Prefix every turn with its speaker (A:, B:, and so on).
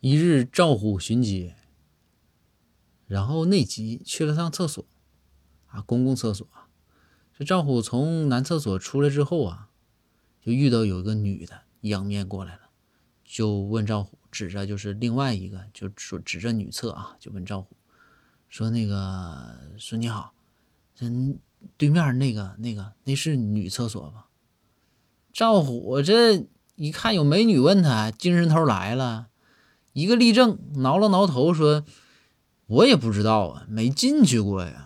A: 一日赵虎巡街，然后内急去了趟厕所公共厕所这赵虎从男厕所出来之后就遇到有一个女的仰面过来了，就问赵虎，指着就是另外一个，就说指着女厕就问赵虎说说你好，对面那是女厕所吧？赵虎这一看有美女问他，精神头来了，一个立正，挠了挠头说：“我也不知道没进去过呀。”